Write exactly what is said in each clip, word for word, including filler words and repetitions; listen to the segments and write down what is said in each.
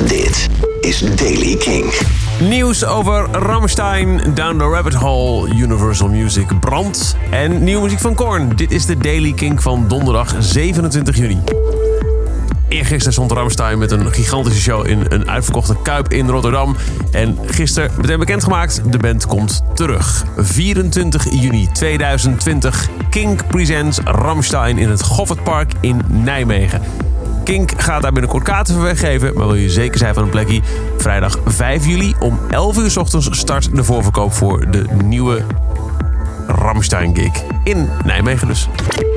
Dit is Daily Kink. Nieuws over Rammstein, Down the Rabbit Hole, Universal Music brandt en nieuwe muziek van Korn. Dit is de Daily Kink van donderdag zevenentwintig juni. Eergisteren stond Rammstein met een gigantische show in een uitverkochte Kuip in Rotterdam. En gisteren meteen bekendgemaakt, de band komt terug. vierentwintig juni tweeduizend twintig, Kink presents Rammstein in het Goffertpark in Nijmegen. Kink gaat daar binnenkort kaarten voor weggeven, maar wil je zeker zijn van een plekje? Vrijdag vijf juli om elf uur 's ochtends start de voorverkoop voor de nieuwe Rammstein gig in Nijmegen dus.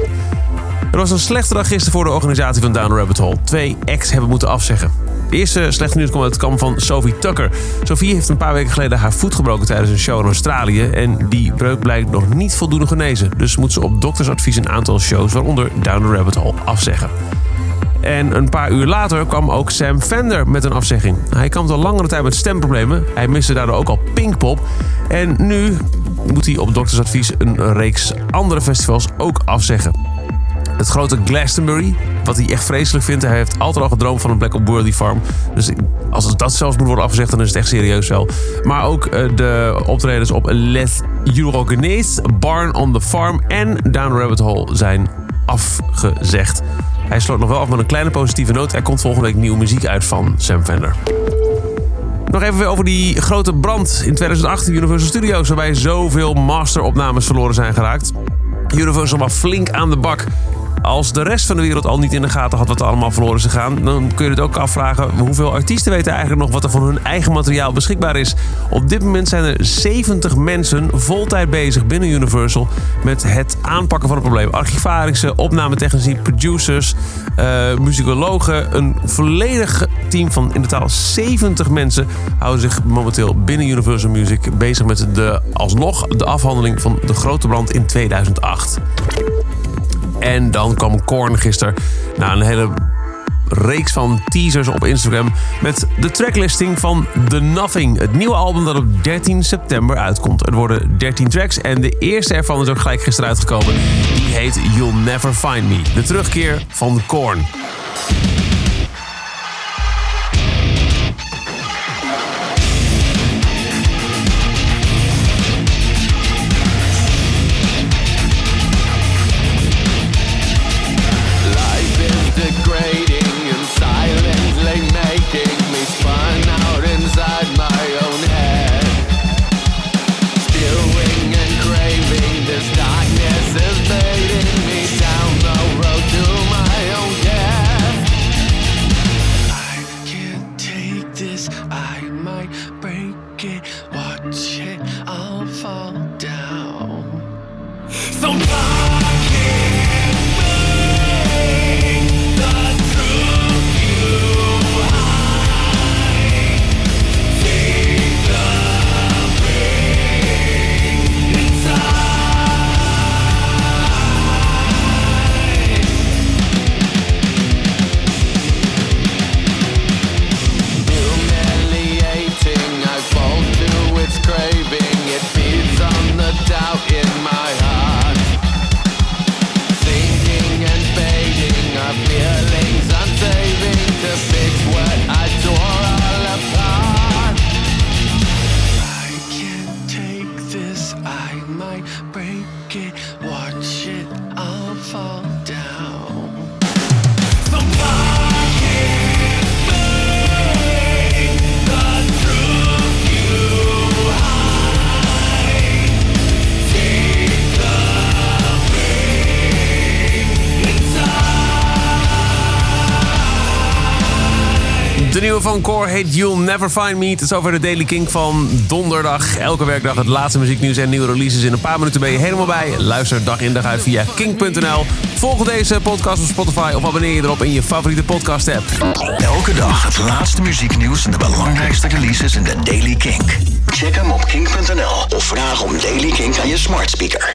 Er was een slechte dag gisteren voor de organisatie van Down the Rabbit Hole. Twee acts hebben moeten afzeggen. De eerste slechte nieuws komt uit het kamp van Sophie Tucker. Sophie heeft een paar weken geleden haar voet gebroken tijdens een show in Australië. En die breuk blijkt nog niet voldoende genezen. Dus moet ze op doktersadvies een aantal shows, waaronder Down the Rabbit Hole, afzeggen. En een paar uur later kwam ook Sam Fender met een afzegging. Hij kampt al langere tijd met stemproblemen. Hij miste daardoor ook al Pinkpop. En nu moet hij op doktersadvies een reeks andere festivals ook afzeggen. Het grote Glastonbury, wat hij echt vreselijk vindt. Hij heeft altijd al gedroomd van een plek op Worley Farm. Dus als dat zelfs moet worden afgezegd, dan is het echt serieus wel. Maar ook de optredens op Les Eurogenes, Barn on the Farm en Down the Rabbit Hole zijn afgezegd. Hij sloot nog wel af met een kleine positieve noot. Er komt volgende week nieuwe muziek uit van Sam Fender. Nog even weer over die grote brand in tweeduizend acht in Universal Studios, waarbij zoveel masteropnames verloren zijn geraakt. Universal was flink aan de bak. Als de rest van de wereld al niet in de gaten had wat er allemaal verloren is gegaan, dan kun je het ook afvragen hoeveel artiesten weten eigenlijk nog wat er van hun eigen materiaal beschikbaar is. Op dit moment zijn er zeventig mensen voltijd bezig binnen Universal met het aanpakken van het probleem. Archivarissen, opnametechnici, producers, uh, muzikologen. Een volledig team van in totaal zeventig mensen houden zich momenteel binnen Universal Music bezig met de, alsnog de afhandeling van de grote brand in tweeduizend acht. En dan kwam Korn gisteren na een hele reeks van teasers op Instagram met de tracklisting van The Nothing. Het nieuwe album dat op dertien september uitkomt. Er worden dertien tracks en de eerste ervan is ook gelijk gisteren uitgekomen. Die heet You'll Never Find Me. De terugkeer van Korn. Watch it all fall down. So I can't make the truth you hide. Take the pain inside. Humiliating, I fall to its craving. It feeds on the doubt in my heart. Sinking and fading, our feelings unsaving to fix what I tore all apart. I can't take this, I might break it. Watch it all fall down. So I can't make the truth you hide. Take the pain inside. De nieuwe van Korn heet You'll Never Find Me. Het is over de Daily Kink van donderdag. Elke werkdag het laatste muzieknieuws en nieuwe releases. In een paar minuten ben je helemaal bij. Luister dag in dag uit via kink punt n l. Volg deze podcast op Spotify of abonneer je erop in je favoriete podcast app. Elke dag het laatste muzieknieuws en de belangrijkste releases in de Daily Kink. Check hem op kink punt n l of vraag om Daily Kink aan je smart speaker.